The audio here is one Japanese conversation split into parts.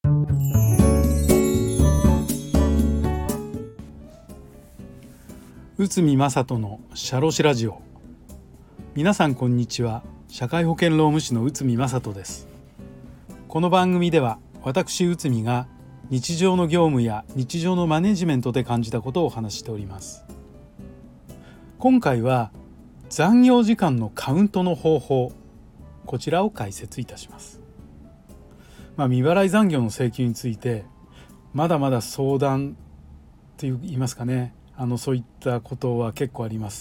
内海正人のシャロシラジオ。皆さんこんにちは。社会保険労務士の内海正人です。この番組では私内海が日常の業務や日常のマネジメントで感じたことをお話しております。今回は残業時間のカウントの方法、こちらを解説いたします。未払い残業の請求についてまだまだ相談と言いますかね、そういったことは結構あります。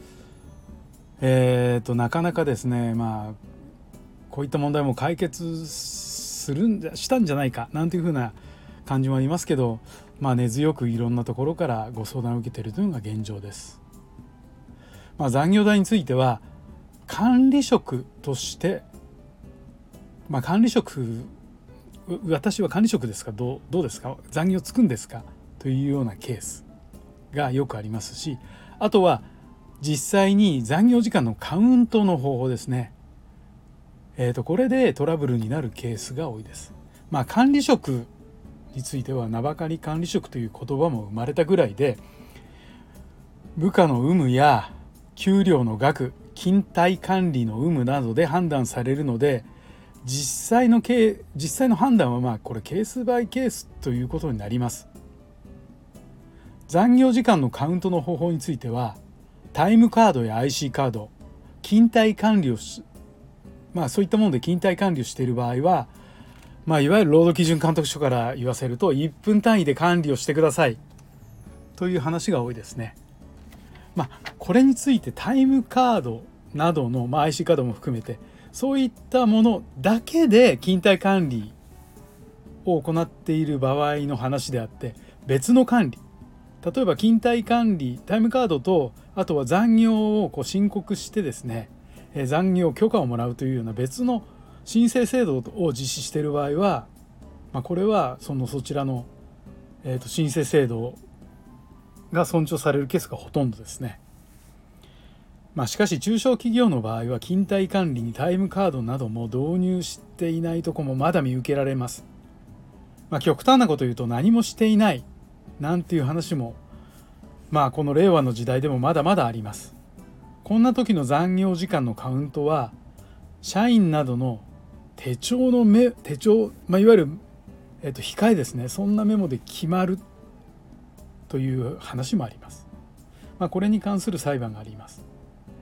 なかなかですね、こういった問題も解決したんじゃないかなんていうふうな感じもありますけど、根強くいろんなところからご相談を受けているというのが現状です。残業代については管理職として、管理職、私は管理職ですか、どうですか、残業つくんですかというようなケースがよくありますし、あとは実際に残業時間のカウントの方法ですね。これでトラブルになるケースが多いです。管理職については名ばかり管理職という言葉も生まれたぐらいで、部下の有無や給料の額、勤怠管理の有無などで判断されるので、実際の判断はこれケースバイケースということになります。残業時間のカウントの方法については、タイムカードや IC カード、勤怠管理をそういったもので勤怠管理をしている場合は、いわゆる労働基準監督署から言わせると1分単位で管理をしてくださいという話が多いですね。これについてタイムカードなどの、IC カードも含めてそういったものだけで勤怠管理を行っている場合の話であって、別の管理、例えば勤怠管理、タイムカードとあとは残業を申告してですね、残業許可をもらうというような別の申請制度を実施している場合は、これはそちらの、申請制度が尊重されるケースがほとんどですね。しかし中小企業の場合は勤怠管理にタイムカードなども導入していないところもまだ見受けられます。極端なこと言うと何もしていないなんていう話もこの令和の時代でもまだまだあります。こんな時の残業時間のカウントは社員などの手帳、いわゆる、控えですね、そんなメモで決まるという話もあります。これに関する裁判があります。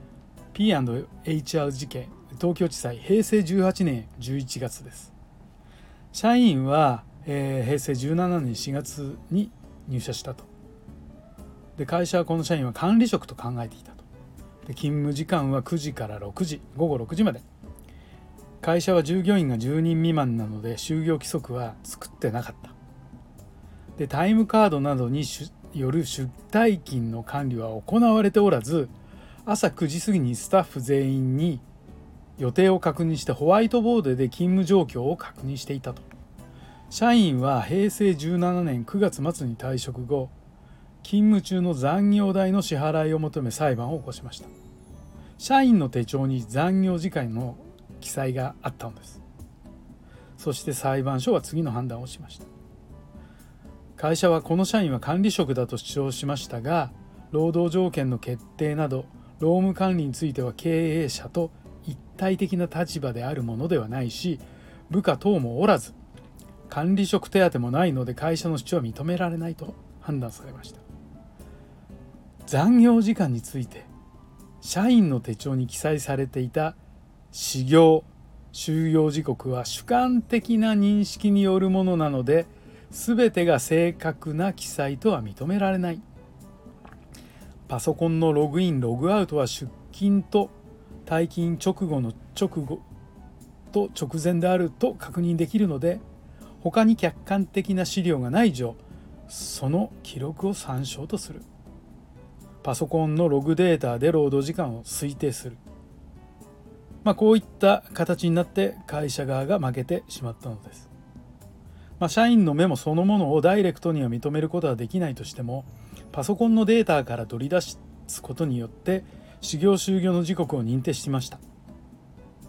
P&HR 事件、東京地裁、平成18年11月です。社員は、平成17年4月に入社したと。で、会社はこの社員は管理職と考えていたと。で、勤務時間は9時から6時、午後6時まで。会社は従業員が10人未満なので就業規則は作ってなかった。で、タイムカードなどによる出退勤の管理は行われておらず、朝9時過ぎにスタッフ全員に予定を確認してホワイトボードで勤務状況を確認していたと。社員は平成17年9月末に退職後、勤務中の残業代の支払いを求め裁判を起こしました。社員の手帳に残業時間の記載があったのです。そして裁判所は次の判断をしました。会社はこの社員は管理職だと主張しましたが、労働条件の決定など労務管理については経営者と一体的な立場であるものではないし、部下等もおらず、管理職手当もないので会社の主張は認められないと判断されました。残業時間について社員の手帳に記載されていた始業・終業時刻は主観的な認識によるものなので、全てが正確な記載とは認められない。パソコンのログイン・ログアウトは出勤と退勤直後と直前であると確認できるので、他に客観的な資料がない以上、その記録を参照とする。パソコンのログデータで労働時間を推定する。こういった形になって会社側が負けてしまったのです。社員のメモそのものをダイレクトには認めることはできないとしても、パソコンのデータから取り出すことによって始業・終業の時刻を認定しました。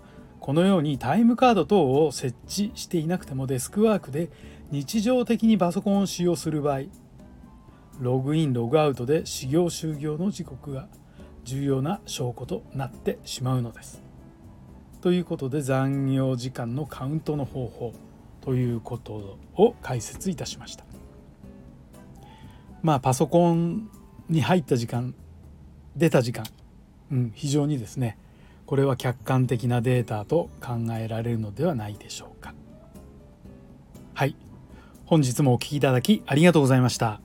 このようにタイムカード等を設置していなくてもデスクワークで日常的にパソコンを使用する場合、ログインログアウトで始業終業の時刻が重要な証拠となってしまうのです。ということで、残業時間のカウントの方法ということを解説いたしました。パソコンに入った時間、出た時間、非常にですね、これは客観的なデータと考えられるのではないでしょうか。はい、本日もお聞きいただきありがとうございました。